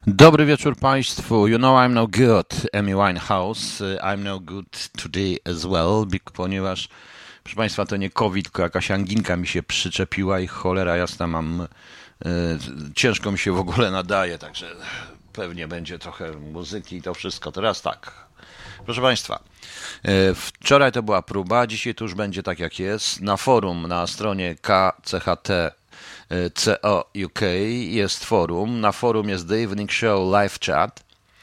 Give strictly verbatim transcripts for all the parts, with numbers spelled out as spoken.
Dobry wieczór Państwu. You know I'm no good, Amy Winehouse. I'm no good today as well, ponieważ, proszę Państwa, to nie COVID, tylko jakaś anginka mi się przyczepiła i cholera jasna mam, y, ciężko mi się w ogóle nadaje, także pewnie będzie trochę muzyki i to wszystko. Teraz tak, proszę Państwa, y, wczoraj to była próba, dzisiaj to już będzie tak jak jest. Na forum, na stronie K C H T C O U K jest forum. Na forum jest The Evening Show Live Chat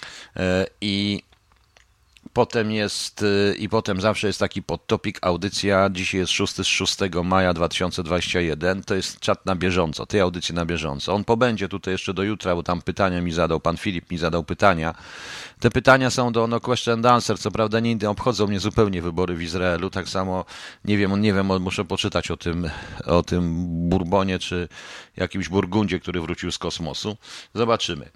i potem jest i potem zawsze jest taki podtopik audycja. Dzisiaj jest szóstego szóstego maja dwa tysiące dwudziestego pierwszego. To jest czat na bieżąco, tej audycji na bieżąco. On pobędzie tutaj jeszcze do jutra, bo tam pytania mi zadał, pan Filip mi zadał pytania. Te pytania są do no question and answer, co prawda nie obchodzą mnie zupełnie wybory w Izraelu, tak samo nie wiem, nie wiem, muszę poczytać o tym, o tym Bourbonie czy jakimś Burgundzie, który wrócił z kosmosu. Zobaczymy.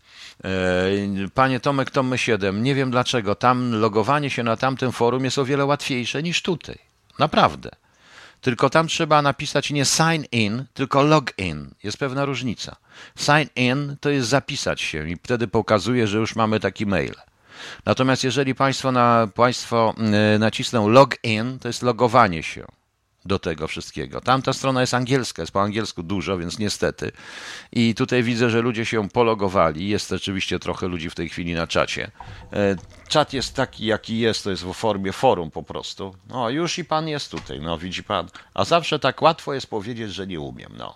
Panie Tomek, Tomy siedem, nie wiem dlaczego, tam logowanie się na tamtym forum jest o wiele łatwiejsze niż tutaj. Naprawdę. Tylko tam trzeba napisać nie sign in, tylko log in. Jest pewna różnica. Sign in to jest zapisać się i wtedy pokazuje, że już mamy taki mail. Natomiast jeżeli Państwo, na, państwo nacisną log in, to jest logowanie się do tego wszystkiego. Tamta strona jest angielska, jest po angielsku dużo, więc niestety. I tutaj widzę, że ludzie się pologowali. Jest oczywiście trochę ludzi w tej chwili na czacie. Czat jest taki, jaki jest, to jest w formie forum po prostu. No już i pan jest tutaj, no widzi pan. A zawsze tak łatwo jest powiedzieć, że nie umiem, no.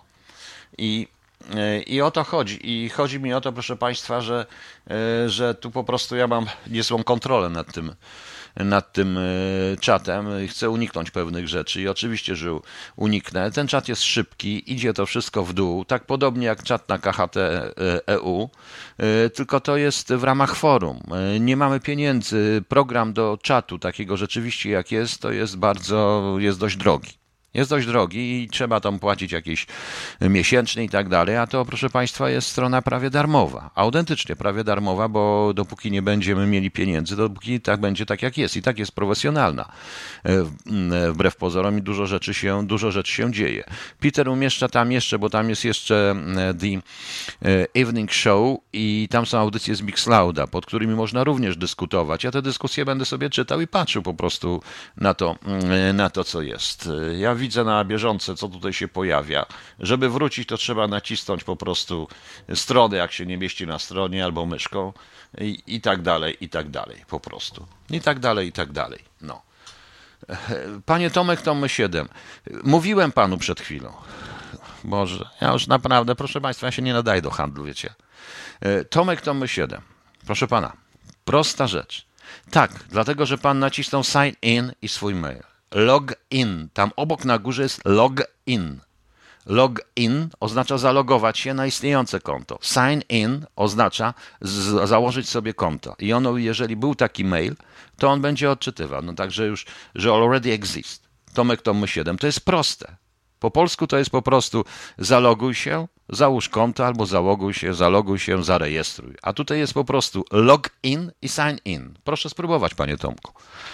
I I o to chodzi. I chodzi mi o to, proszę Państwa, że, że tu po prostu ja mam niezłą kontrolę nad tym, nad tym czatem. Chcę uniknąć pewnych rzeczy i oczywiście, że uniknę. Ten czat jest szybki, idzie to wszystko w dół, tak podobnie jak czat na K H T E U, tylko to jest w ramach forum. Nie mamy pieniędzy. Program do czatu takiego rzeczywiście jak jest, to jest bardzo, jest dość drogi. Jest dość drogi i trzeba tam płacić jakieś miesięczne i tak dalej, a to, proszę Państwa, jest strona prawie darmowa. Autentycznie prawie darmowa, bo dopóki nie będziemy mieli pieniędzy, dopóki tak będzie tak jak jest i tak jest profesjonalna. Wbrew pozorom i dużo rzeczy się, dużo rzeczy się dzieje. Peter umieszcza tam jeszcze, bo tam jest jeszcze The Evening Show i tam są audycje z Mixclouda, pod którymi można również dyskutować. Ja te dyskusje będę sobie czytał i patrzył po prostu na to, na to co jest. Ja widzę na bieżąco, co tutaj się pojawia. Żeby wrócić, to trzeba nacisnąć po prostu stronę, jak się nie mieści na stronie, albo myszką i, i tak dalej, i tak dalej, po prostu. I tak dalej, i tak dalej. No. Panie Tomek, Tomy siedem. Mówiłem panu przed chwilą. Boże, ja już naprawdę, proszę Państwa, ja się nie nadaję do handlu, wiecie. Tomek, Tomy siedem. Proszę pana, prosta rzecz. Tak, dlatego, że pan nacisnął sign in i swój mail. Log in. Tam obok na górze jest log in. Log in oznacza zalogować się na istniejące konto. Sign in oznacza z- założyć sobie konto. I ono, jeżeli był taki mail, to on będzie odczytywał. No także już, że already exist. Tomek Tomy siedem. To jest proste. Po polsku to jest po prostu zaloguj się, załóż konto albo zaloguj się, zaloguj się, zarejestruj. A tutaj jest po prostu log in i sign in. Proszę spróbować, panie Tomku.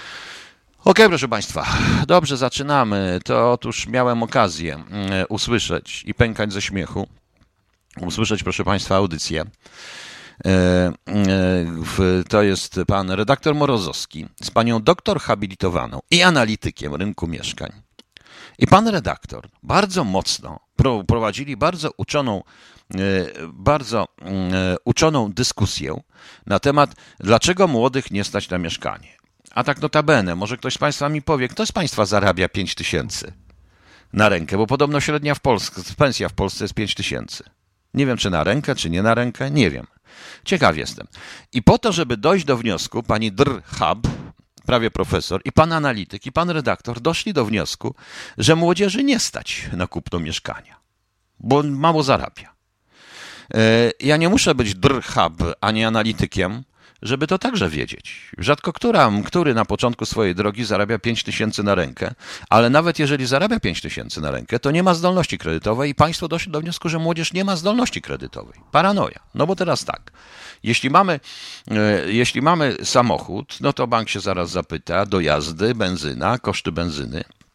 Okej, proszę Państwa, dobrze, zaczynamy. To otóż miałem okazję usłyszeć i pękać ze śmiechu, usłyszeć, proszę Państwa, audycję. To jest pan redaktor Morozowski z panią doktor habilitowaną i analitykiem rynku mieszkań. I pan redaktor bardzo mocno prowadzili bardzo uczoną, bardzo uczoną dyskusję na temat, dlaczego młodych nie stać na mieszkanie. A tak notabene, może ktoś z Państwa mi powie, kto z Państwa zarabia pięć tysięcy na rękę, bo podobno średnia w Polsce, pensja w Polsce jest pięć tysięcy. Nie wiem, czy na rękę, czy nie na rękę, nie wiem. Ciekaw jestem. I po to, żeby dojść do wniosku, pani Drhab, prawie profesor, i pan analityk, i pan redaktor doszli do wniosku, że młodzieży nie stać na kupno mieszkania, bo mało zarabia. Ja nie muszę być Drhab ani analitykiem, żeby to także wiedzieć. Rzadko która, który na początku swojej drogi zarabia pięć tysięcy na rękę, ale nawet jeżeli zarabia pięć tysięcy na rękę, to nie ma zdolności kredytowej i państwo doszli do wniosku, że młodzież nie ma zdolności kredytowej. Paranoja. No bo teraz tak, jeśli mamy, jeśli mamy samochód, no to bank się zaraz zapyta, do jazdy, benzyna, koszty benzyny.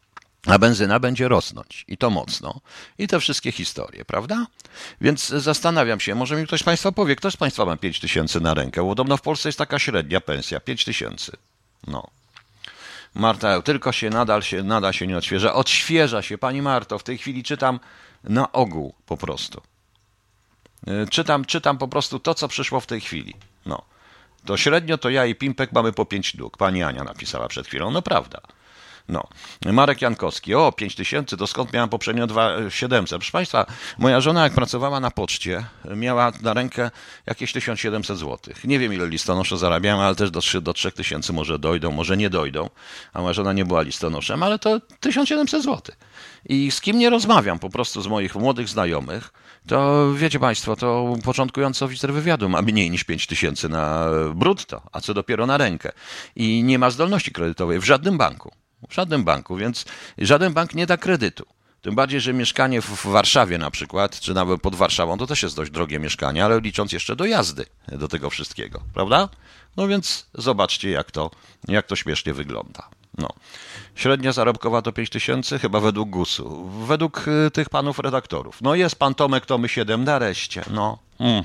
a benzyna będzie rosnąć i to mocno. I te wszystkie historie, prawda? Więc zastanawiam się, może mi ktoś z Państwa powie, kto z Państwa ma pięć tysięcy na rękę? Bo podobno w Polsce jest taka średnia pensja, pięć tysięcy. No. Marta, tylko się nadal się, nadal się nie odświeża. Odświeża się, Pani Marto, w tej chwili czytam na ogół po prostu. Czytam, czytam po prostu to, co przyszło w tej chwili. No. To średnio to ja i Pimpek mamy po pięć dług. Pani Ania napisała przed chwilą, no prawda. No. Marek Jankowski, o pięć tysięcy, to skąd miałam poprzednio dwa tysiące siedemset? Proszę Państwa, moja żona jak pracowała na poczcie, miała na rękę jakieś tysiąc siedemset złotych. Nie wiem ile listonosze zarabiają, ale też do, do trzech tysięcy może dojdą, może nie dojdą, a moja żona nie była listonoszem, ale to tysiąc siedemset złotych. I z kim nie rozmawiam, po prostu z moich młodych znajomych, to wiecie Państwo, to początkujący oficer wywiadu ma mniej niż pięć tysięcy na brutto, a co dopiero na rękę. I nie ma zdolności kredytowej w żadnym banku. W żadnym banku, więc żaden bank nie da kredytu. Tym bardziej, że mieszkanie w Warszawie na przykład, czy nawet pod Warszawą, to też jest dość drogie mieszkanie, ale licząc jeszcze dojazdy do tego wszystkiego, prawda? No więc zobaczcie, jak to, jak to śmiesznie wygląda. No. Średnia zarobkowa to pięć tysięcy, chyba według gusu. Według y, tych panów redaktorów. No jest pan Tomek Tomy siedem, nareszcie. No. Mm.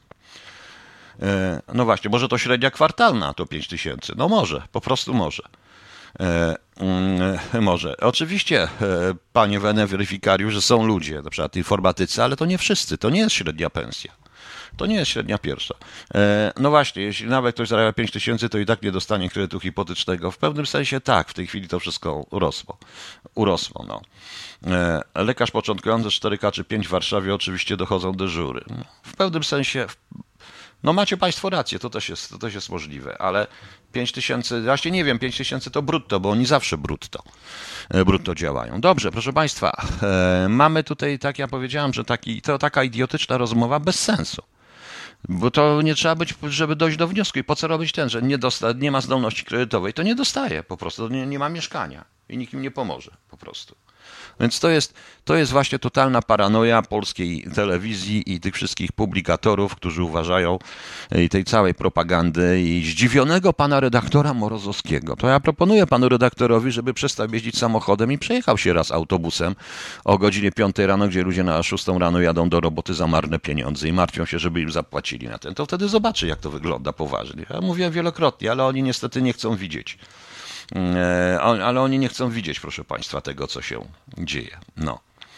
E, no właśnie, może to średnia kwartalna to pięć tysięcy. No może, po prostu może. E, mm, może. Oczywiście, e, panie weryfikariusz, że są ludzie, na przykład informatycy, ale to nie wszyscy, to nie jest średnia pensja. To nie jest średnia pierwsza. E, no właśnie, jeśli nawet ktoś zarabia pięć tysięcy, to i tak nie dostanie kredytu hipotecznego. W pewnym sensie tak, w tej chwili to wszystko urosło. urosło no. e, lekarz początkujący cztery K czy pięć w Warszawie oczywiście dochodzą dyżury. W pewnym sensie, no macie Państwo rację, to też jest, to też jest możliwe, ale pięć tysięcy, właśnie nie wiem, pięć tysięcy to brutto, bo oni zawsze brutto, brutto działają. Dobrze, proszę Państwa, e, mamy tutaj, tak ja powiedziałem, że taki, to taka idiotyczna rozmowa bez sensu. Bo to nie trzeba być, żeby dojść do wniosku. I po co robić ten, że nie, dosta, nie ma zdolności kredytowej? To nie dostaje po prostu, nie, nie ma mieszkania i nikt im nie pomoże po prostu. Więc to jest, to jest właśnie totalna paranoja polskiej telewizji i tych wszystkich publikatorów, którzy uważają, i tej całej propagandy i zdziwionego pana redaktora Morozowskiego. To ja proponuję panu redaktorowi, żeby przestał jeździć samochodem i przejechał się raz autobusem o godzinie piątej rano, gdzie ludzie na szóstą rano jadą do roboty za marne pieniądze i martwią się, żeby im zapłacili na ten. To wtedy zobaczy, jak to wygląda poważnie. Ja mówię wielokrotnie, ale oni niestety nie chcą widzieć. Ale oni nie chcą widzieć, proszę Państwa, tego, co się dzieje. No.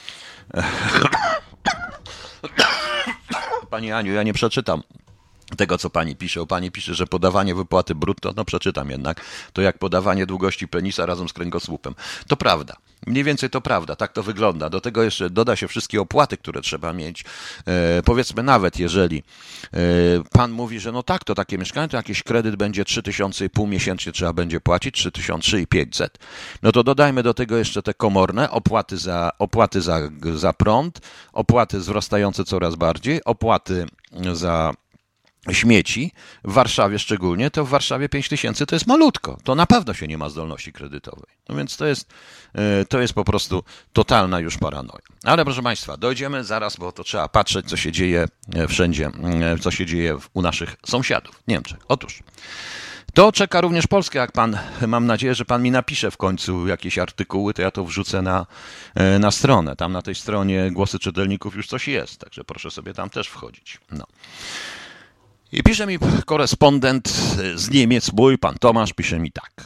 Pani Aniu, ja nie przeczytam tego, co Pani pisze. Pani pisze, że podawanie wypłaty brutto, no przeczytam jednak, to jak podawanie długości penisa razem z kręgosłupem. To prawda. Mniej więcej to prawda, tak to wygląda. Do tego jeszcze doda się wszystkie opłaty, które trzeba mieć. E, powiedzmy nawet, jeżeli e, pan mówi, że no tak, to takie mieszkanie, to jakiś kredyt będzie trzy tysiące i pół miesięcznie trzeba będzie płacić, trzy tysiące i pięćset. No to dodajmy do tego jeszcze te komorne, opłaty za, opłaty za, za prąd, opłaty wzrastające coraz bardziej, opłaty za śmieci, w Warszawie szczególnie, to w Warszawie pięć tysięcy to jest malutko. To na pewno się nie ma zdolności kredytowej. No więc to jest, to jest po prostu totalna już paranoja. Ale proszę Państwa, dojdziemy zaraz, bo to trzeba patrzeć, co się dzieje wszędzie, co się dzieje u naszych sąsiadów w Niemczech. Otóż to czeka również Polskę, jak pan, mam nadzieję, że pan mi napisze w końcu jakieś artykuły, to ja to wrzucę na, na stronę. Tam na tej stronie Głosy Czytelników już coś jest, także proszę sobie tam też wchodzić. No. I pisze mi korespondent z Niemiec, mój pan Tomasz, pisze mi tak.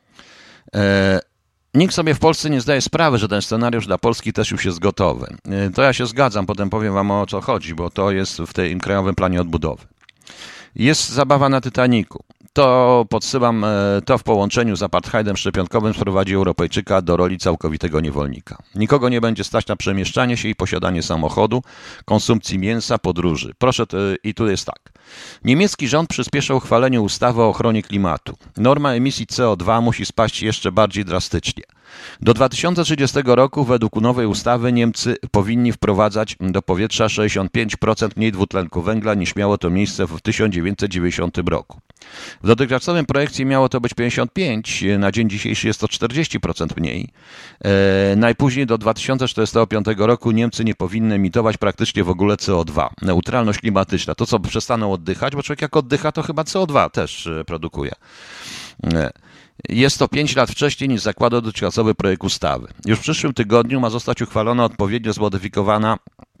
E, nikt sobie w Polsce nie zdaje sprawy, że ten scenariusz dla Polski też już jest gotowy. E, to ja się zgadzam, potem powiem wam, o co chodzi, bo to jest w tym Krajowym Planie Odbudowy. Jest zabawa na Titanicu. To podsyłam, to w połączeniu z apartheidem szczepionkowym sprowadzi Europejczyka do roli całkowitego niewolnika. Nikogo nie będzie stać na przemieszczanie się i posiadanie samochodu, konsumpcji mięsa, podróży. Proszę, i tu jest tak. Niemiecki rząd przyspiesza uchwalenie ustawy o ochronie klimatu. Norma emisji C O dwa musi spaść jeszcze bardziej drastycznie. Do dwa tysiące trzydziestego roku według nowej ustawy Niemcy powinni wprowadzać do powietrza sześćdziesiąt pięć procent mniej dwutlenku węgla niż miało to miejsce w tysiąc dziewięćset dziewięćdziesiątym roku. W dotychczasowym projekcie miało to być pięćdziesiąt pięć, na dzień dzisiejszy jest to czterdzieści procent mniej. E, najpóźniej do dwa tysiące czterdziestego piątego roku Niemcy nie powinny emitować praktycznie w ogóle C O dwa. Neutralność klimatyczna, to co przestaną oddychać, bo człowiek jak oddycha, to chyba C O dwa też produkuje. Jest to pięć lat wcześniej niż zakładał dotychczasowy projekt ustawy. Już w przyszłym tygodniu ma zostać uchwalona odpowiednio zmodyfikowana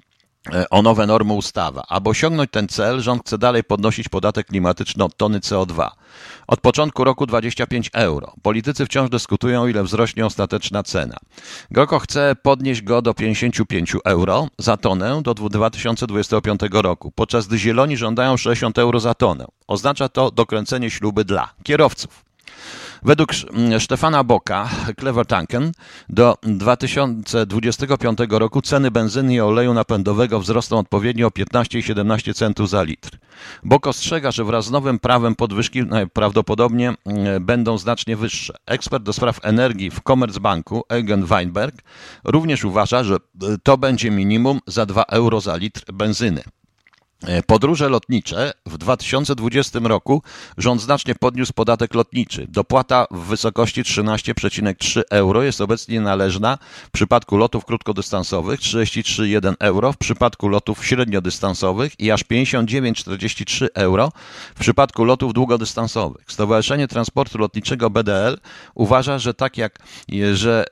o nowe normy ustawa. Aby osiągnąć ten cel, rząd chce dalej podnosić podatek klimatyczny od tony C O dwa. Od początku roku dwadzieścia pięć euro. Politycy wciąż dyskutują, ile wzrośnie ostateczna cena. GroKo chce podnieść go do pięćdziesiąt pięć euro za tonę do dwa tysiące dwudziestego piątego roku, podczas gdy Zieloni żądają sześćdziesiąt euro za tonę. Oznacza to dokręcenie śruby dla kierowców. Według Stefana Boka, Clever Tanken, do dwa tysiące dwudziestego piątego roku ceny benzyny i oleju napędowego wzrosną odpowiednio o piętnaście i siedemnaście centów za litr. Bok ostrzega, że wraz z nowym prawem podwyżki prawdopodobnie będą znacznie wyższe. Ekspert do spraw energii w Commerzbanku, Eugen Weinberg, również uważa, że to będzie minimum za dwa euro za litr benzyny. Podróże lotnicze w dwa tysiące dwudziestym roku rząd znacznie podniósł podatek lotniczy. Dopłata w wysokości trzynaście przecinek trzy euro jest obecnie należna w przypadku lotów krótkodystansowych, trzydzieści trzy przecinek jeden euro w przypadku lotów średniodystansowych i aż pięćdziesiąt dziewięć przecinek czterdzieści trzy euro w przypadku lotów długodystansowych. Stowarzyszenie Transportu Lotniczego B D L uważa, że tak jak, że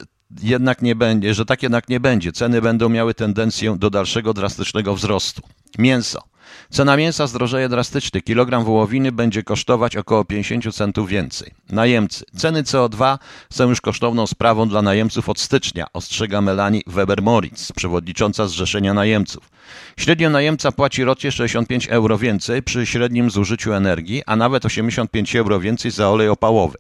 jednak nie będzie, że tak jednak nie będzie. Ceny będą miały tendencję do dalszego drastycznego wzrostu. Mięso. Cena mięsa zdrożeje drastycznie. Kilogram wołowiny będzie kosztować około pięćdziesiąt centów więcej. Najemcy. Ceny C O dwa są już kosztowną sprawą dla najemców od stycznia, ostrzega Melanie Weber-Moritz, przewodnicząca Zrzeszenia Najemców. Średnio najemca płaci rocznie sześćdziesiąt pięć euro więcej przy średnim zużyciu energii, a nawet osiemdziesiąt pięć euro więcej za olej opałowy.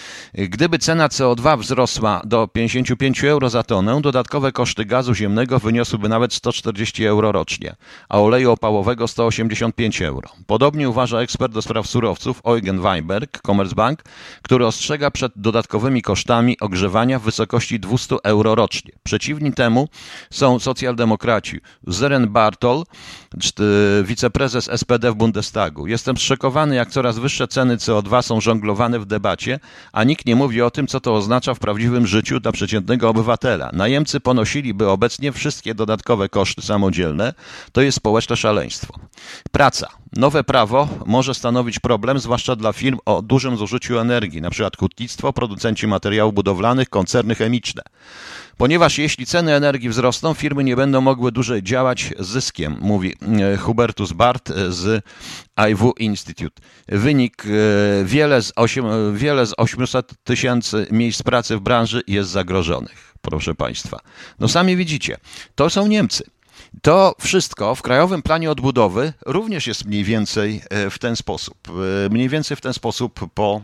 Gdyby cena C O dwa wzrosła do pięćdziesiąt pięć euro za tonę, dodatkowe koszty gazu ziemnego wyniosłyby nawet sto czterdzieści euro rocznie, a oleju opałowego sto osiemdziesiąt pięć euro. Podobnie uważa ekspert do spraw surowców Eugen Weinberg, Commerzbank, który ostrzega przed dodatkowymi kosztami ogrzewania w wysokości dwieście euro rocznie. Przeciwni temu są socjaldemokraci. Søren Bartol, wiceprezes S P D w Bundestagu. Jestem zszokowany, jak coraz wyższe ceny C O dwa są żonglowane w debacie, a nikt nie mówi o tym, co to oznacza w prawdziwym życiu dla przeciętnego obywatela. Najemcy ponosiliby obecnie wszystkie dodatkowe koszty samodzielne. To jest społeczne szaleństwo. Praca. Nowe prawo może stanowić problem, zwłaszcza dla firm o dużym zużyciu energii, np. hutnictwo, producenci materiałów budowlanych, koncerny chemiczne. Ponieważ jeśli ceny energii wzrosną, firmy nie będą mogły dłużej działać z zyskiem, mówi Hubertus Bart z I W Institute. Wynik, wiele z, osiem, wiele z osiemset tysięcy miejsc pracy w branży jest zagrożonych, proszę Państwa. No sami widzicie, to są Niemcy. To wszystko w Krajowym Planie Odbudowy również jest mniej więcej w ten sposób, mniej więcej w ten sposób po,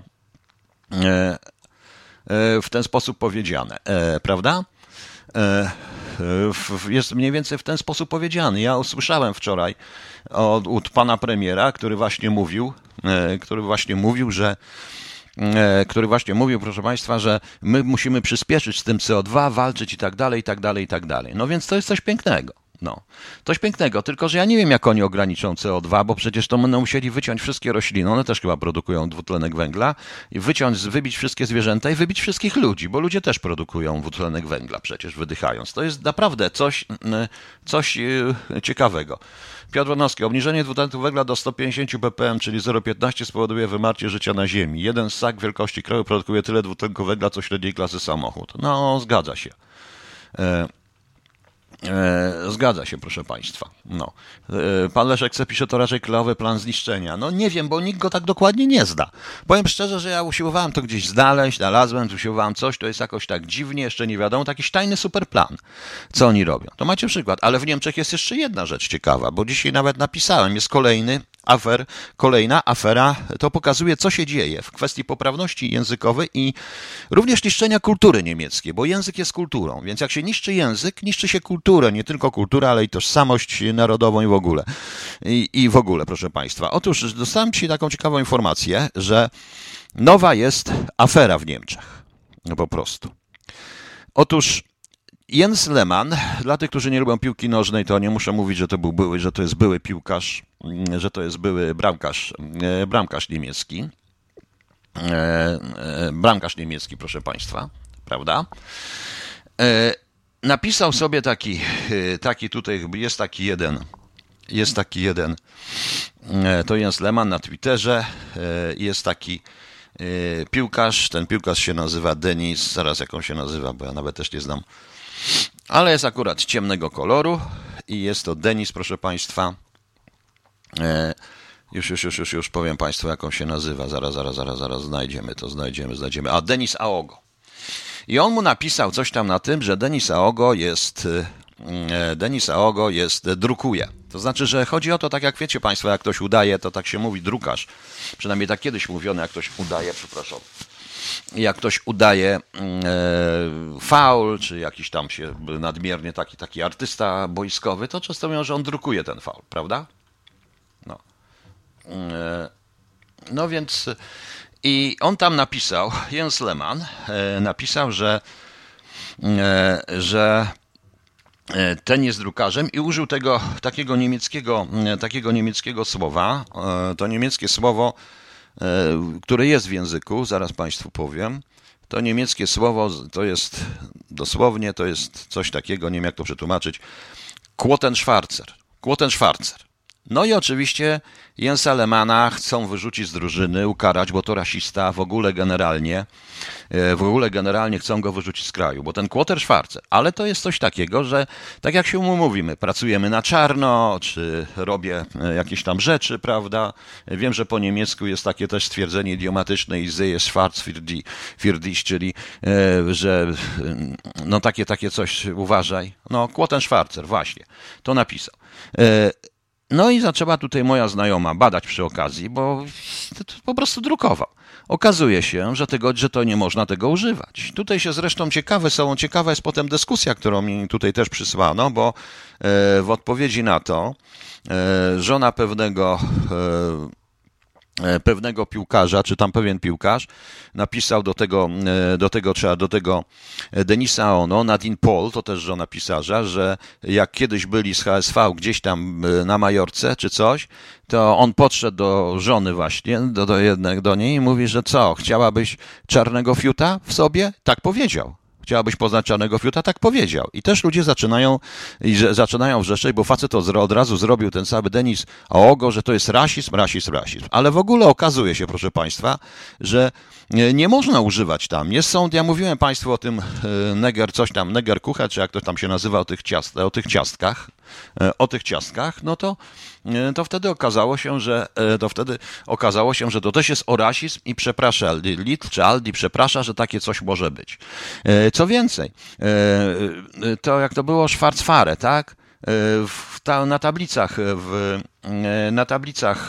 w ten sposób powiedziane, prawda? Jest mniej więcej w ten sposób powiedziany. Ja usłyszałem wczoraj od, od pana premiera, który właśnie mówił, który właśnie mówił, że który właśnie mówił, proszę Państwa, że my musimy przyspieszyć z tym C O dwa, walczyć i tak dalej, i tak dalej, i tak dalej. No więc to jest coś pięknego. No, coś pięknego, tylko że ja nie wiem, jak oni ograniczą C O dwa, bo przecież to będą musieli wyciąć wszystkie rośliny, one też chyba produkują dwutlenek węgla, i wyciąć, wybić wszystkie zwierzęta i wybić wszystkich ludzi, bo ludzie też produkują dwutlenek węgla przecież wydychając. To jest naprawdę coś, coś ciekawego. Piotr Wronowski, obniżenie dwutlenku węgla do sto pięćdziesiąt ppm, czyli zero przecinek piętnaście spowoduje wymarcie życia na Ziemi. Jeden ssak wielkości kraju produkuje tyle dwutlenku węgla, co średniej klasy samochód. No, zgadza się. Zgadza się, proszę Państwa. No. Pan Leszek C. pisze, to raczej krajowy plan zniszczenia. No nie wiem, bo nikt go tak dokładnie nie zna. Powiem szczerze, że ja usiłowałem to gdzieś znaleźć, znalazłem, usiłowałem coś, to jest jakoś tak dziwnie, jeszcze nie wiadomo, taki tajny super plan, co oni robią. To macie przykład, ale w Niemczech jest jeszcze jedna rzecz ciekawa, bo dzisiaj nawet napisałem, jest kolejny afer, kolejna afera, to pokazuje, co się dzieje w kwestii poprawności językowej i również niszczenia kultury niemieckiej, bo język jest kulturą, więc jak się niszczy język, niszczy się kulturę, nie tylko kulturę, ale i tożsamość narodową i w ogóle. I, i w ogóle, proszę Państwa. Otóż dostałem dzisiaj taką ciekawą informację, że nowa jest afera w Niemczech. No po prostu. Otóż Jens Lehmann, dla tych, którzy nie lubią piłki nożnej, to nie muszę mówić, że to był były, że to jest były piłkarz, że to jest były bramkarz, bramkarz niemiecki. Bramkarz niemiecki, proszę Państwa, prawda? Napisał sobie taki, taki tutaj, jest taki jeden, jest taki jeden, to Jens Lehmann na Twitterze, jest taki piłkarz, ten piłkarz się nazywa Denis, zaraz jak on się nazywa, bo ja nawet też nie znam, ale jest akurat ciemnego koloru i jest to Denis, proszę Państwa. Już, już, już, już, już powiem Państwu, jak on się nazywa. Zaraz, zaraz, zaraz, zaraz znajdziemy to, znajdziemy, znajdziemy. A, Denis Aogo. I on mu napisał coś tam na tym, że Denis Aogo jest, Denis Aogo jest, drukuje. To znaczy, że chodzi o to, tak jak wiecie Państwo, jak ktoś udaje, to tak się mówi drukarz. Przynajmniej tak kiedyś mówiono, jak ktoś udaje, przepraszam. Jak ktoś udaje e, faul, czy jakiś tam się nadmiernie taki, taki artysta boiskowy, to często mówią, że on drukuje ten faul, prawda? No. E, no więc i on tam napisał, Jens Lehmann e, napisał, że, e, że ten jest drukarzem i użył tego takiego niemieckiego, takiego niemieckiego słowa. E, to niemieckie słowo, które jest w języku, zaraz Państwu powiem. To niemieckie słowo to jest dosłownie, to jest coś takiego, nie wiem jak to przetłumaczyć, Quotenschwarzer. Quotenschwarzer. No i oczywiście Jensa Lehmanna chcą wyrzucić z drużyny, ukarać, bo to rasista, w ogóle generalnie, w ogóle generalnie chcą go wyrzucić z kraju, bo ten Quotenschwarzer, ale to jest coś takiego, że tak jak się mówimy, pracujemy na czarno, czy robię jakieś tam rzeczy, prawda? Wiem, że po niemiecku jest takie też stwierdzenie idiomatyczne i sehe schwarz für die, für dich, czyli że no takie, takie coś, uważaj. No Quotenschwarzer, właśnie, to napisał. No i zaczęła tutaj moja znajoma badać przy okazji, bo po prostu drukował. Okazuje się, że, tego, że to nie można tego używać. Tutaj się zresztą ciekawe są, ciekawa jest potem dyskusja, którą mi tutaj też przysłano, bo w odpowiedzi na to żona pewnego pewnego piłkarza, czy tam pewien piłkarz napisał do tego, do tego, trzeba, do tego Denisa Ono, Nadine Paul, to też żona pisarza, że jak kiedyś byli z H S V gdzieś tam na Majorce, czy coś, to on podszedł do żony właśnie, do, do jednej, do niej i mówi, że co, chciałabyś czarnego fiuta w sobie? Tak powiedział. Chciałabyś poznać czarnego fiuta? Tak powiedział. I też ludzie zaczynają, i że, zaczynają wrzeszczeć, bo facet to od razu zrobił ten cały Denis Aogo, że to jest rasizm, rasizm, rasizm. Ale w ogóle okazuje się, proszę Państwa, że nie, nie można używać tam. Jest są, ja mówiłem Państwu o tym neger, coś tam, neger kuche, czy jak to tam się nazywa, o tych, ciast, o tych ciastkach, o tych ciastkach, no to to wtedy okazało się, że to wtedy okazało się, że to też jest o rasizm i przeprasza, Lidl czy Aldi przeprasza, że takie coś może być. Co więcej, to jak to było Schwarzfahre, tak? W, ta, na tablicach, w, na tablicach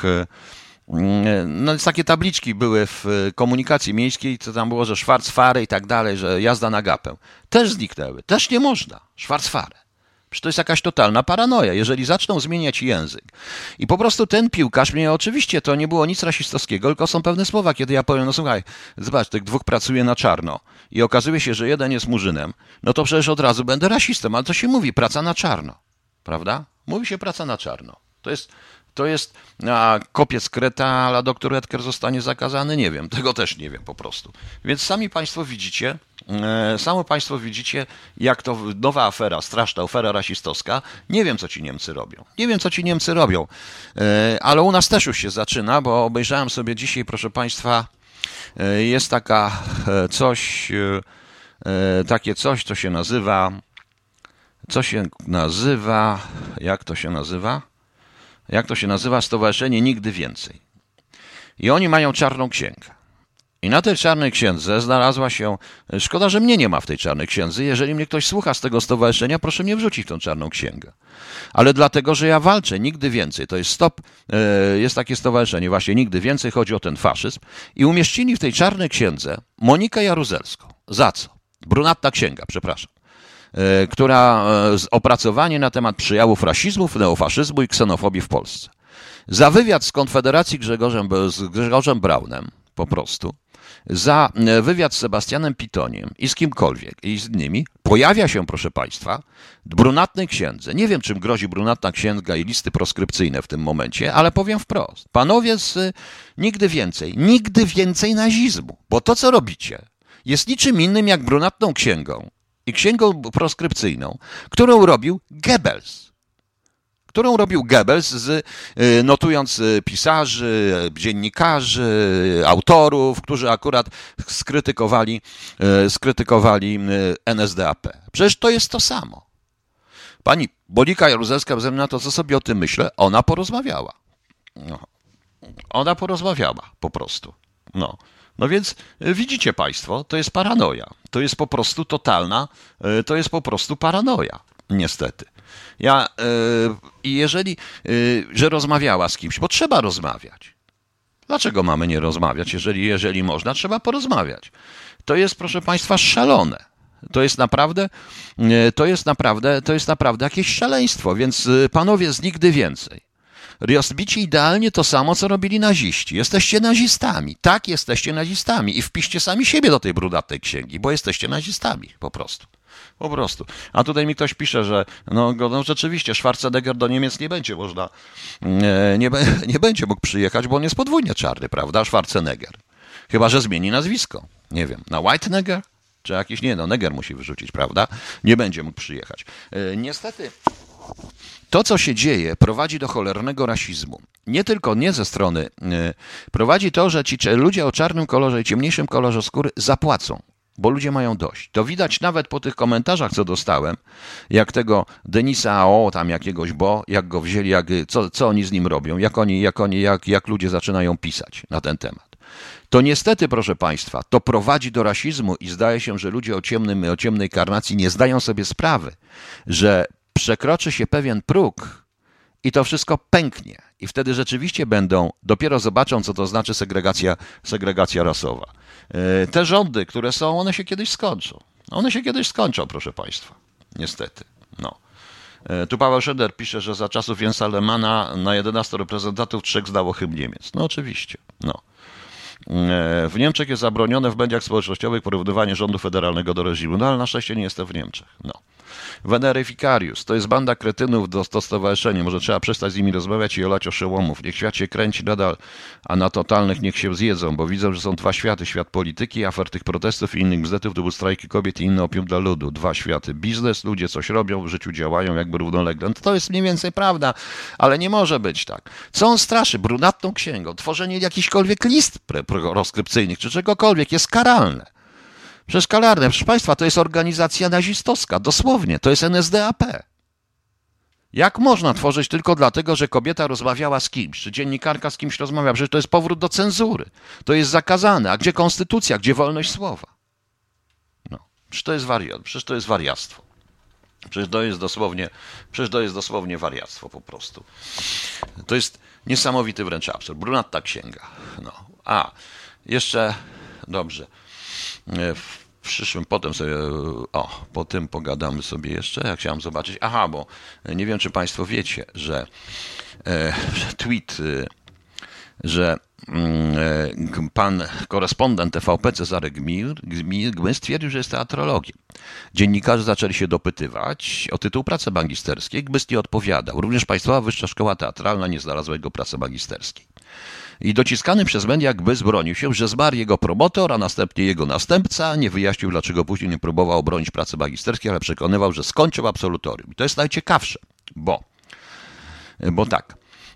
no takie tabliczki były w komunikacji miejskiej, co tam było, że Schwarzfahre i tak dalej, że jazda na gapę. Też zniknęły. Też nie można. Schwarzfahre. Przecież to jest jakaś totalna paranoja, jeżeli zaczną zmieniać język. I po prostu ten piłkarz mnie, oczywiście to nie było nic rasistowskiego, tylko są pewne słowa, kiedy ja powiem, no słuchaj, zobacz, tych dwóch pracuje na czarno i okazuje się, że jeden jest murzynem, no to przecież od razu będę rasistą, ale to się mówi, praca na czarno, prawda? Mówi się praca na czarno. To jest, to jest, a kopiec kreta, ale doktor Edker zostanie zakazany? Nie wiem, tego też nie wiem po prostu. Więc sami Państwo widzicie, Sami Państwo widzicie, jak to nowa afera, straszna afera rasistowska. Nie wiem, co ci Niemcy robią. Nie wiem, co ci Niemcy robią. Ale u nas też już się zaczyna, bo obejrzałem sobie dzisiaj, proszę Państwa, jest taka coś, takie coś, co się nazywa, co się nazywa, jak to się nazywa? Jak to się nazywa? Stowarzyszenie Nigdy Więcej. I oni mają czarną księgę. I na tej czarnej księdze znalazła się, szkoda, że mnie nie ma w tej czarnej księdze, jeżeli mnie ktoś słucha z tego stowarzyszenia, proszę mnie wrzucić w tą czarną księgę. Ale dlatego, że ja walczę, Nigdy Więcej, to jest stop, jest takie stowarzyszenie, właśnie Nigdy Więcej, chodzi o ten faszyzm i umieścili w tej czarnej księdze Monikę Jaruzelską. Za co? Brunatna księga, przepraszam. Która opracowanie na temat przejawów rasizmu, neofaszyzmu i ksenofobii w Polsce. Za wywiad z Konfederacji Grzegorzem, z Grzegorzem Braunem, po prostu, za wywiad z Sebastianem Pitoniem i z kimkolwiek i z innymi pojawia się, proszę Państwa, w brunatnej księdze. Nie wiem, czym grozi brunatna księga i listy proskrypcyjne w tym momencie, ale powiem wprost. Panowie z Nigdy Więcej, nigdy więcej nazizmu, bo to, co robicie, jest niczym innym jak brunatną księgą i księgą proskrypcyjną, którą robił Goebbels, którą robił Goebbels, z, notując pisarzy, dziennikarzy, autorów, którzy akurat skrytykowali, skrytykowali N S D A P. Przecież to jest to samo. Pani Monika Jaruzelska, bez względu na to, co sobie o tym myślę, ona porozmawiała. No. Ona porozmawiała po prostu. No. No więc widzicie Państwo, to jest paranoja. To jest po prostu totalna, to jest po prostu paranoja. Niestety. Ja, i yy, jeżeli, yy, że rozmawiała z kimś, bo trzeba rozmawiać. Dlaczego mamy nie rozmawiać? Jeżeli, jeżeli można, trzeba porozmawiać. To jest, proszę Państwa, szalone. To jest naprawdę, to jest naprawdę, to jest naprawdę jakieś szaleństwo, więc panowie z nigdy więcej. Rozbici idealnie to samo, co robili naziści. Jesteście nazistami. Tak, jesteście nazistami i wpiszcie sami siebie do tej brudatnej księgi, bo jesteście nazistami, po prostu. Po prostu. A tutaj mi ktoś pisze, że no, no rzeczywiście Schwarzenegger do Niemiec nie będzie można, nie, nie, nie będzie mógł przyjechać, bo on jest podwójnie czarny, prawda, Schwarzenegger. Chyba że zmieni nazwisko. Nie wiem, na Whitenegger? Czy jakiś, nie no, Neger musi wyrzucić, prawda? Nie będzie mógł przyjechać. Niestety to, co się dzieje, prowadzi do cholernego rasizmu. Nie tylko nie ze strony, prowadzi to, że ci ludzie o czarnym kolorze i ciemniejszym kolorze skóry zapłacą, bo ludzie mają dość. To widać nawet po tych komentarzach, co dostałem, jak tego Denisa O, tam jakiegoś Bo, jak go wzięli, jak, co, co oni z nim robią, jak oni, jak oni, jak, jak ludzie zaczynają pisać na ten temat. To niestety, proszę Państwa, to prowadzi do rasizmu i zdaje się, że ludzie o, ciemnym, o ciemnej karnacji nie zdają sobie sprawy, że przekroczy się pewien próg i to wszystko pęknie. I wtedy rzeczywiście będą, dopiero zobaczą, co to znaczy segregacja, segregacja rasowa. Te rządy, które są, one się kiedyś skończą. One się kiedyś skończą, proszę Państwa. Niestety. No. Tu Paweł Szeder pisze, że za czasów Jensa Lehmana na jedenastu reprezentantów trzech zdało hymn Niemiec. No oczywiście. No. W Niemczech jest zabronione w mediach społecznościowych porównywanie rządu federalnego do reżimu, no ale na szczęście nie jestem w Niemczech. No. Venery Vicarius, to jest banda kretynów do, do stowarzyszenia, może trzeba przestać z nimi rozmawiać i olać oszołomów. Niech świat się kręci nadal, a na totalnych niech się zjedzą, bo widzą, że są dwa światy, świat polityki, afer tych protestów i innych bzdetów, to był strajki kobiet i inny opium dla ludu. Dwa światy. Biznes, ludzie coś robią, w życiu działają jakby równolegle. No to jest mniej więcej prawda, ale nie może być tak. Co on straszy? Brunatną księgą, tworzenie jakichkolwiek list rozkrypcyjnych czy czegokolwiek jest karalne. Przecież karalne, proszę Państwa, to jest organizacja nazistowska, dosłownie, to jest N S D A P. Jak można tworzyć tylko dlatego, że kobieta rozmawiała z kimś, czy dziennikarka z kimś rozmawia? Przecież to jest powrót do cenzury, to jest zakazane. A gdzie konstytucja, gdzie wolność słowa? No, przecież to jest wariat, przecież to jest wariactwo. Przecież to jest dosłownie, przecież to jest dosłownie wariactwo po prostu. To jest niesamowity wręcz absurd. Brunatna księga. No. A, jeszcze, dobrze. W przyszłym, potem sobie, o, po tym pogadamy sobie jeszcze, jak chciałem zobaczyć. Aha, bo nie wiem, czy Państwo wiecie, że e, tweet, e, że e, pan korespondent T V P Cezary Gmir, Gmir stwierdził, że jest teatrologiem. Dziennikarze zaczęli się dopytywać o tytuł pracy magisterskiej. Gmir nie odpowiadał. Również Państwowa Wyższa Szkoła Teatralna nie znalazła jego pracy magisterskiej. I dociskany przez media Gbys bronił się, że zmarł jego promotor, a następnie jego następca. Nie wyjaśnił, dlaczego później nie próbował obronić pracy magisterskiej, ale przekonywał, że skończył absolutorium. I to jest najciekawsze, bo, bo tak,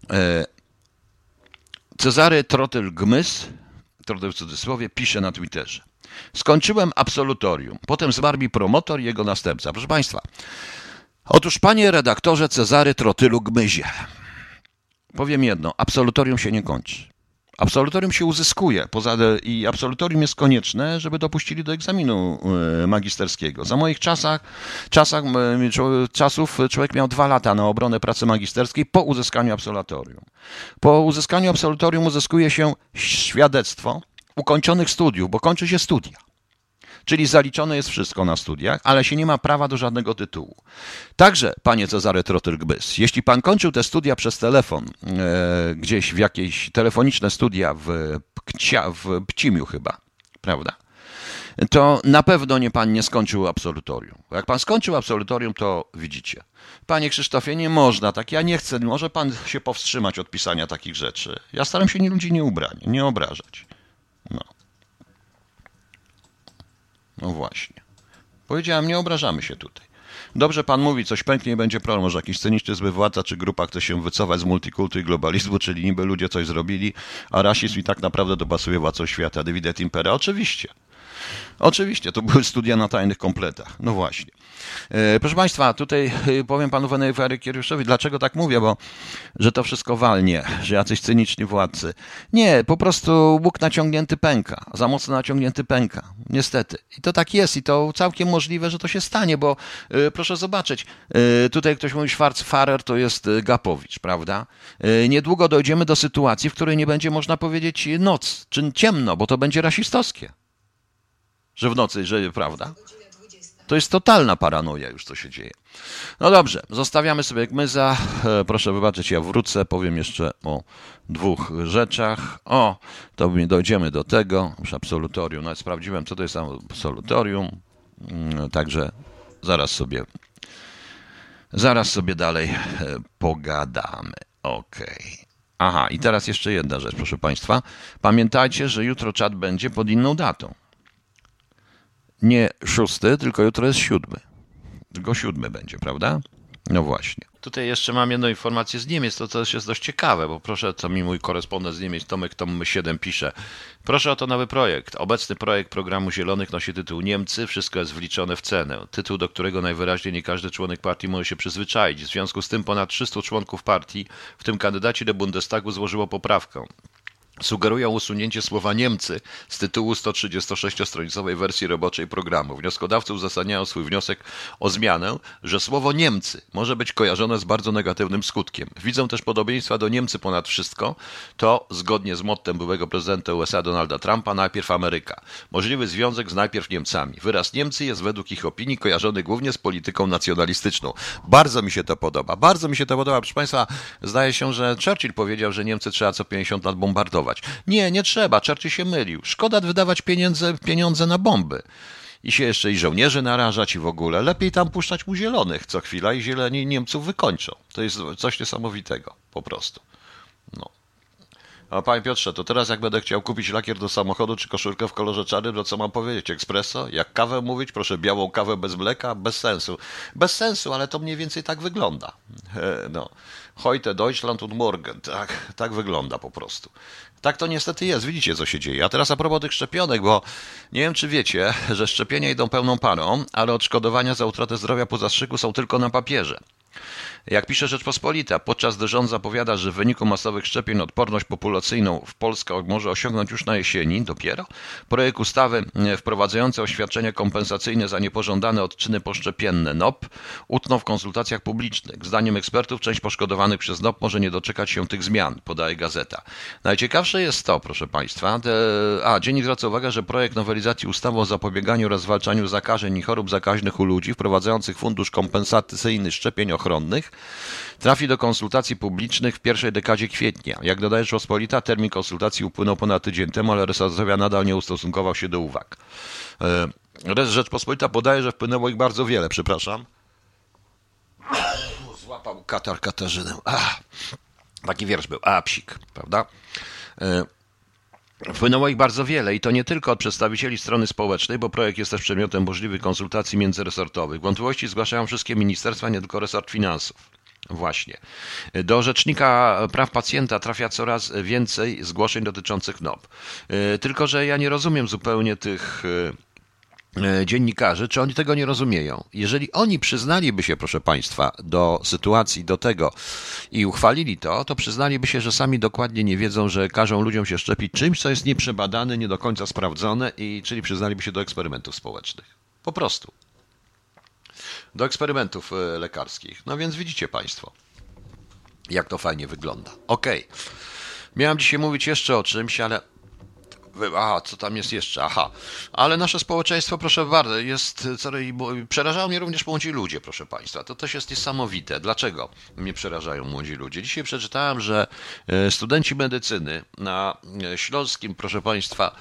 Cezary Trotyl Gmys, Trotyl w cudzysłowie, pisze na Twitterze. Skończyłem absolutorium, potem zmarł mi promotor i jego następca. Proszę Państwa, otóż panie redaktorze Cezary Trotylu Gmyzie, powiem jedno, absolutorium się nie kończy. Absolutorium się uzyskuje poza, i absolutorium jest konieczne, żeby dopuścili do egzaminu magisterskiego. Za moich czasach, czasach, czasów człowiek miał dwa lata na obronę pracy magisterskiej po uzyskaniu absolutorium. Po uzyskaniu absolutorium uzyskuje się świadectwo ukończonych studiów, bo kończy się studia. Czyli zaliczone jest wszystko na studiach, ale się nie ma prawa do żadnego tytułu. Także, panie Cezary Trotyl-Gbys, jeśli pan kończył te studia przez telefon, e, gdzieś w jakieś telefoniczne studia w, Pcia, w Pcimiu chyba, prawda, to na pewno nie pan nie skończył absolutorium. Jak pan skończył absolutorium, to widzicie. Panie Krzysztofie, nie można tak, ja nie chcę, może pan się powstrzymać od pisania takich rzeczy. Ja staram się ludzi nie ubrać, nie obrażać. No. No właśnie. Powiedziałem, nie obrażamy się tutaj. Dobrze pan mówi, coś pęknie i będzie problem. Może jakiś cyniczny zły władca czy grupa chce się wycofać z multikultu i globalizmu, czyli niby ludzie coś zrobili, a rasizm i tak naprawdę dopasuje władzom świata. Dividet impera. Oczywiście. Oczywiście, to były studia na tajnych kompletach. No właśnie. E, proszę Państwa, tutaj powiem panu Werykieriuszowi, dlaczego tak mówię, bo że to wszystko walnie, że jacyś cyniczni władcy. Nie, po prostu łuk naciągnięty pęka, za mocno naciągnięty pęka. Niestety. I to tak jest i to całkiem możliwe, że to się stanie, bo e, proszę zobaczyć, e, tutaj ktoś mówi Schwarzfarer to jest Gapowicz, prawda? E, niedługo dojdziemy do sytuacji, w której nie będzie można powiedzieć noc, czy ciemno, bo to będzie rasistowskie. Że w nocy, że prawda? To jest totalna paranoja już, co się dzieje. No dobrze, zostawiamy sobie Gmyza. E, proszę wybaczyć, ja wrócę, powiem jeszcze o dwóch rzeczach. O, to dojdziemy do tego. Już absolutorium. Nawet sprawdziłem, co to jest absolutorium. Mm, także zaraz sobie zaraz sobie dalej e, pogadamy. Okej. Okay. Aha, i teraz jeszcze jedna rzecz, proszę Państwa. Pamiętajcie, że jutro czat będzie pod inną datą. Nie szósty, tylko jutro jest siódmy. Tylko siódmy będzie, prawda? No właśnie. Tutaj jeszcze mam jedną informację z Niemiec, to też jest dość ciekawe, bo proszę, co mi mój korespondent z Niemiec, Tomek Tom siedem pisze. Proszę o to nowy projekt. Obecny projekt programu Zielonych nosi tytuł Niemcy, wszystko jest wliczone w cenę. Tytuł, do którego najwyraźniej nie każdy członek partii może się przyzwyczaić. W związku z tym ponad trzystu członków partii, w tym kandydaci do Bundestagu, złożyło poprawkę. Sugerują usunięcie słowa Niemcy z tytułu sto trzydziestosześciostronicowej wersji roboczej programu. Wnioskodawcy uzasadniają swój wniosek o zmianę, że słowo Niemcy może być kojarzone z bardzo negatywnym skutkiem. Widzą też podobieństwa do Niemcy ponad wszystko. To, zgodnie z mottem byłego prezydenta U S A Donalda Trumpa, najpierw Ameryka. Możliwy związek z najpierw Niemcami. Wyraz Niemcy jest według ich opinii kojarzony głównie z polityką nacjonalistyczną. Bardzo mi się to podoba. Bardzo mi się to podoba. Proszę Państwa, zdaje się, że Churchill powiedział, że Niemcy trzeba co pięćdziesiąt lat bombardować. Nie, nie trzeba. Churchill się mylił. Szkoda wydawać pieniądze, pieniądze na bomby. I się jeszcze i żołnierzy narażać i w ogóle. Lepiej tam puszczać mu zielonych co chwila i zieleni Niemców wykończą. To jest coś niesamowitego. Po prostu. No. A panie Piotrze, to teraz jak będę chciał kupić lakier do samochodu czy koszulkę w kolorze czarnym, to co mam powiedzieć? Espresso? Jak kawę mówić? Proszę białą kawę bez mleka? Bez sensu. Bez sensu, ale to mniej więcej tak wygląda. E, no. Heute Deutschland und morgen. Tak, tak wygląda po prostu. Tak to niestety jest. Widzicie, co się dzieje. A teraz a propos tych szczepionek, bo nie wiem, czy wiecie, że szczepienia idą pełną parą, ale odszkodowania za utratę zdrowia po zastrzyku są tylko na papierze. Jak pisze Rzeczpospolita, podczas gdy rząd zapowiada, że w wyniku masowych szczepień odporność populacyjną w Polsce może osiągnąć już na jesieni dopiero, projekt ustawy wprowadzający oświadczenie kompensacyjne za niepożądane odczyny poszczepienne N O P utknął w konsultacjach publicznych. Zdaniem ekspertów część poszkodowanych przez N O P może nie doczekać się tych zmian, podaje Gazeta. Najciekawsze jest to, proszę Państwa, te, a dziennik zwraca uwagę, że projekt nowelizacji ustawy o zapobieganiu oraz zwalczaniu zakażeń i chorób zakaźnych u ludzi, wprowadzających fundusz kompensacyjny szczepień ochronnych, trafi do konsultacji publicznych w pierwszej dekadzie kwietnia. Jak dodaje Rzeczpospolita, termin konsultacji upłynął ponad tydzień temu, ale resort zdrowia nadal nie ustosunkował się do uwag. Rzeczpospolita podaje, że wpłynęło ich bardzo wiele, przepraszam. Złapał katar Katarzynę. Ach, taki wiersz był, a psik, prawda? Wpłynęło ich bardzo wiele i to nie tylko od przedstawicieli strony społecznej, bo projekt jest też przedmiotem możliwych konsultacji międzyresortowych. Wątpliwości zgłaszają wszystkie ministerstwa, nie tylko resort finansów. Właśnie. Do Rzecznika Praw Pacjenta trafia coraz więcej zgłoszeń dotyczących N O P. Tylko że ja nie rozumiem zupełnie tych dziennikarzy, czy oni tego nie rozumieją. Jeżeli oni przyznaliby się, proszę Państwa, do sytuacji, do tego i uchwalili to, to przyznaliby się, że sami dokładnie nie wiedzą, że każą ludziom się szczepić czymś, co jest nieprzebadane, nie do końca sprawdzone, i czyli przyznaliby się do eksperymentów społecznych. Po prostu. Do eksperymentów lekarskich. No więc widzicie Państwo, jak to fajnie wygląda. Okej. Okay. Miałem dzisiaj mówić jeszcze o czymś, ale Aha, co tam jest jeszcze? Aha. Ale nasze społeczeństwo, proszę bardzo, jest coraz... Przerażają mnie również młodzi ludzie, proszę Państwa. To też jest niesamowite. Dlaczego mnie przerażają młodzi ludzie? Dzisiaj przeczytałem, że studenci medycyny na Śląskim, proszę Państwa,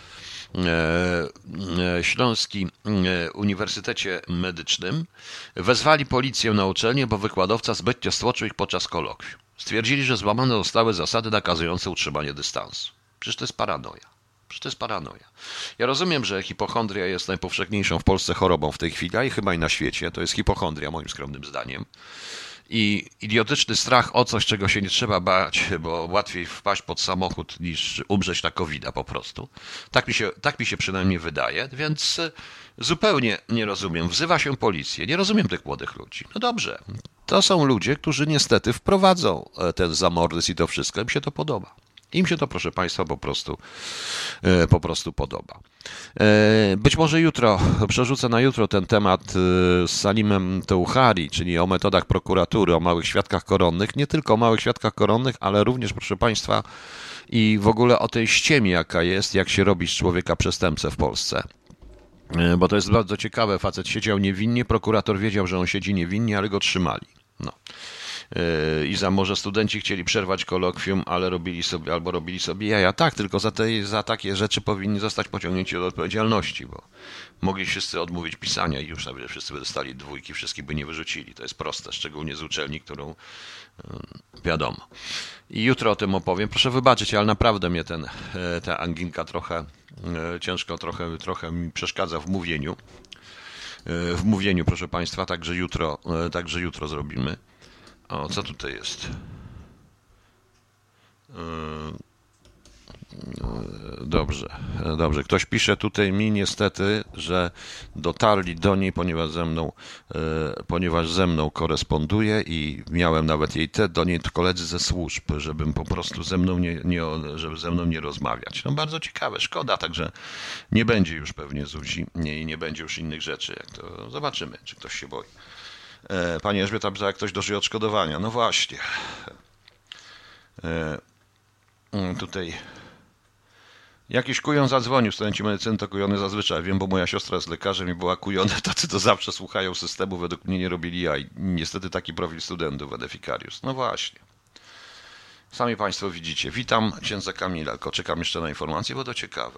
Śląskim Uniwersytecie Medycznym wezwali policję na uczelnię, bo wykładowca zbytnio stłoczył ich podczas kolokwium. Stwierdzili, że złamane zostały zasady nakazujące utrzymanie dystansu. Przecież to jest paranoja. Przecież to jest paranoja. Ja rozumiem, że hipochondria jest najpowszechniejszą w Polsce chorobą w tej chwili, a i chyba i na świecie. To jest hipochondria, moim skromnym zdaniem. I idiotyczny strach o coś, czego się nie trzeba bać, bo łatwiej wpaść pod samochód niż umrzeć na kowida po prostu. Tak mi się, tak mi się przynajmniej wydaje, więc zupełnie nie rozumiem. Wzywa się policję. Nie rozumiem tych młodych ludzi. No dobrze, to są ludzie, którzy niestety wprowadzą ten zamordyzm i to wszystko. Im się to podoba. Im się to, proszę Państwa, po prostu, po prostu podoba. Być może jutro, przerzucę na jutro ten temat z Salimem Touhari, czyli o metodach prokuratury, o małych świadkach koronnych. Nie tylko o małych świadkach koronnych, ale również, proszę Państwa, i w ogóle o tej ściemie, jaka jest, jak się robi z człowieka przestępcę w Polsce. Bo to jest bardzo ciekawe. Facet siedział niewinnie, prokurator wiedział, że on siedzi niewinnie, ale go trzymali. No. I za może studenci chcieli przerwać kolokwium, ale robili sobie, albo robili sobie jaja. Tak, tylko za, te, za takie rzeczy powinni zostać pociągnięci do odpowiedzialności, bo mogli wszyscy odmówić pisania i już sobie wszyscy by dostali dwójki, wszystkich by nie wyrzucili. To jest proste, szczególnie z uczelni, którą wiadomo. I jutro o tym opowiem. Proszę wybaczyć, ale naprawdę mnie ten, ta anginka trochę ciężko, trochę, trochę mi przeszkadza w mówieniu. W mówieniu, proszę Państwa, także jutro, także jutro zrobimy. O, co tutaj jest? Dobrze, dobrze. Ktoś pisze tutaj mi niestety, że dotarli do niej, ponieważ ze mną, ponieważ ze mną koresponduje i miałem nawet jej te do niej koledzy ze służb, żebym po prostu ze mną nie, nie, żeby ze mną nie rozmawiać. No bardzo ciekawe, szkoda, także nie będzie już pewnie Zuzi i nie będzie już innych rzeczy. Jak to zobaczymy, czy ktoś się boi. Pani Elżbieta, jak ktoś dożyje odszkodowania. No właśnie. Tutaj jakiś kujon zadzwonił. Studenci medycyny to kujony zazwyczaj. Wiem, bo moja siostra jest lekarzem i była kujonem. Tacy to zawsze słuchają systemu. Według mnie nie robili jaj. Niestety taki profil studentów, edefikarius. No właśnie. Sami Państwo widzicie. Witam księdza Kamila. Tylko czekam jeszcze na informacje, bo to ciekawe.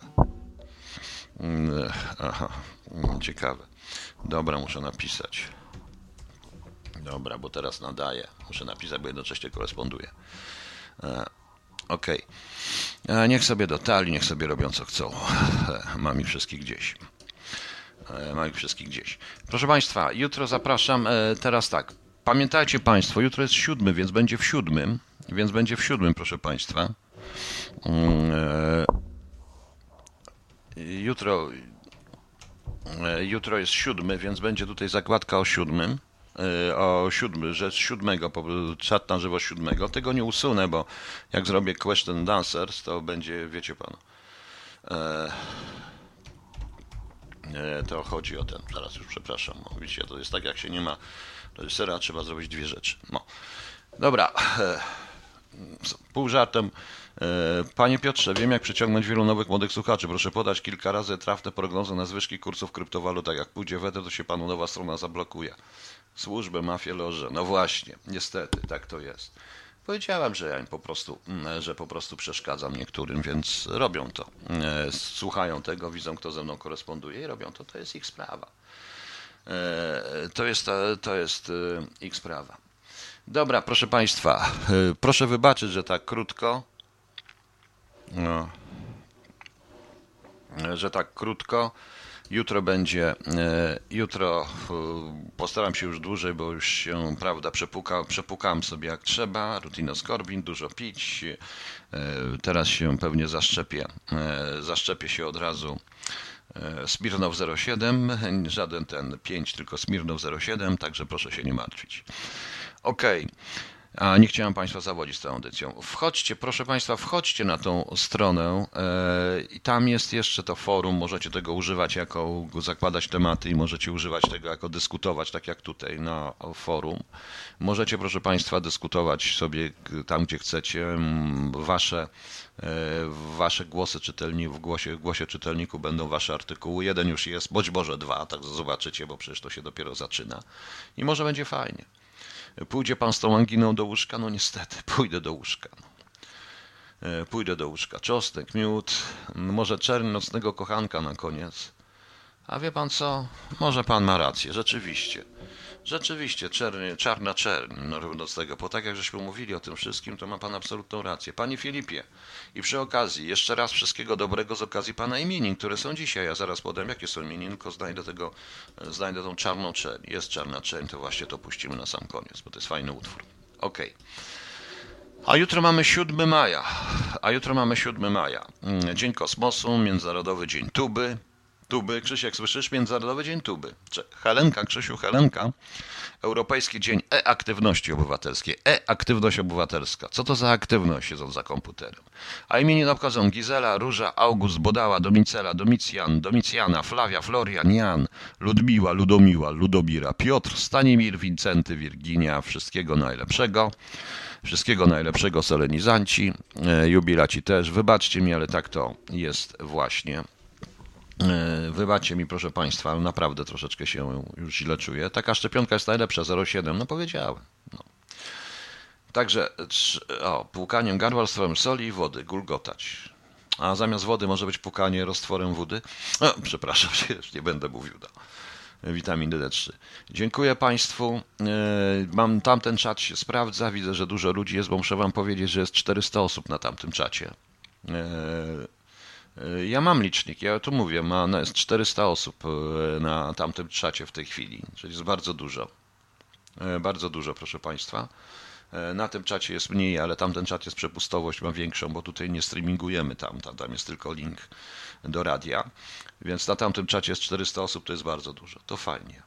Aha. Ciekawe. Dobra, muszę napisać. Dobra, bo teraz nadaję. Muszę napisać, bo jednocześnie koresponduję. E, Okej. Okay. Niech sobie dotarli, niech sobie robią co chcą. E, mam ich wszystkich gdzieś. E, mam ich wszystkich gdzieś. Proszę Państwa, jutro zapraszam. E, teraz tak. Pamiętajcie Państwo, jutro jest siódmy, więc będzie w siódmym. Więc będzie w siódmym, proszę Państwa. E, jutro, e, jutro jest siódmy, więc będzie tutaj zakładka o siódmym. O siódmy, rzecz siódmego, czat na żywo siódmego. Tego nie usunę, bo jak zrobię question and answers, to będzie, wiecie pan, e, e, to chodzi o ten, zaraz już przepraszam, no, widzicie, to jest tak, jak się nie ma reżysera, trzeba zrobić dwie rzeczy. No. Dobra, e, pół żartem. Panie Piotrze, wiem jak przyciągnąć wielu nowych młodych słuchaczy. Proszę podać kilka razy trafne prognozy na zwyżki kursów kryptowalut. Jak pójdzie w eter, to się panu nowa strona zablokuje. Służby, mafie, loże. No właśnie, niestety, tak to jest. Powiedziałem, że ja im po prostu, że po prostu przeszkadzam niektórym, więc robią to. Słuchają tego, widzą, kto ze mną koresponduje i robią to. To jest ich sprawa. To jest, to jest ich sprawa. Dobra, proszę Państwa, proszę wybaczyć, że tak krótko. No, że tak krótko. Jutro będzie, jutro postaram się już dłużej, bo już się, prawda, przepuka, przepukałem sobie jak trzeba, rutinoskorbin, dużo pić, teraz się pewnie zaszczepię, zaszczepię się od razu Smirnow zero siedem, żaden ten pięć, tylko Smirnow zero siedem, także proszę się nie martwić. Okej. Okay. A nie chciałem Państwa zawodzić z tą audycją. Wchodźcie, proszę Państwa, wchodźcie na tą stronę i tam jest jeszcze to forum, możecie tego używać jako, zakładać tematy i możecie używać tego jako dyskutować, tak jak tutaj na forum. Możecie, proszę Państwa, dyskutować sobie tam, gdzie chcecie. Wasze, wasze głosy czytelników, w głosie, w głosie czytelników będą Wasze artykuły. Jeden już jest, bądź może dwa, tak zobaczycie, bo przecież to się dopiero zaczyna. I może będzie fajnie. Pójdzie pan z tą anginą do łóżka? No niestety, pójdę do łóżka. Pójdę do łóżka. Czosnek, miód, może czerń nocnego kochanka na koniec. A wie pan co? Może pan ma rację, rzeczywiście. Rzeczywiście, czernie, czarna czerń, no równo z tego, bo tak jak żeśmy mówili o tym wszystkim, to ma pan absolutną rację. Panie Filipie, i przy okazji, jeszcze raz wszystkiego dobrego z okazji pana imienin, które są dzisiaj. Ja zaraz podam, jakie są imienin, tylko znajdę tego, znajdę tą czarną czerń. Jest czarna czerń, to właśnie to puścimy na sam koniec, bo to jest fajny utwór. Okej. Okay. A jutro mamy siódmego maja. A jutro mamy siódmego maja. Dzień Kosmosu, Międzynarodowy Dzień Tuby. Tuby, Krzysiek, słyszysz? Międzynarodowy Dzień Tuby. Helenka, Krzysiu, Helenka. Europejski Dzień E-Aktywności Obywatelskiej. E-Aktywność Obywatelska. Co to za aktywność, siedząc za komputerem? A imieniny obchodzą Gizela, Róża, August, Bodała, Domicela, Domicjan, Domicjana, Flawia, Florian, Jan, Ludmiła, Ludomiła, Ludobira, Piotr, Stanimir, Wincenty, Wirginia. Wszystkiego najlepszego. Wszystkiego najlepszego, solenizanci, jubilaci też. Wybaczcie mi, ale tak to jest właśnie. Wybaczcie mi, proszę Państwa, ale naprawdę troszeczkę się już źle czuję. Taka szczepionka jest najlepsza, zero przecinek siedem, no powiedziałem. No. Także, o, płukaniem gardła roztworem soli i wody, gulgotać. A zamiast wody może być płukanie roztworem wody? O, przepraszam się, już nie będę mówił. No. Witaminy D trzy. Dziękuję Państwu. Mam tamten czat się sprawdza. Widzę, że dużo ludzi jest, bo muszę Wam powiedzieć, że jest czterysta osób na tamtym czacie. Ja mam licznik, ja tu mówię, ma, no jest czterysta osób na tamtym czacie w tej chwili, czyli jest bardzo dużo. Bardzo dużo, proszę Państwa. Na tym czacie jest mniej, ale tamten czat jest przepustowość, ma większą, bo tutaj nie streamingujemy tam, tam, tam jest tylko link do radia. Więc na tamtym czacie jest czterysta osób, to jest bardzo dużo. To fajnie.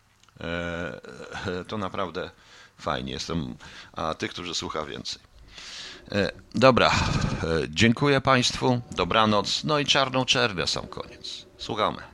To naprawdę fajnie. Jestem, a tych, którzy słucha więcej. Dobra, dziękuję Państwu, dobranoc, no i czarną czerwię sam koniec. Słuchamy.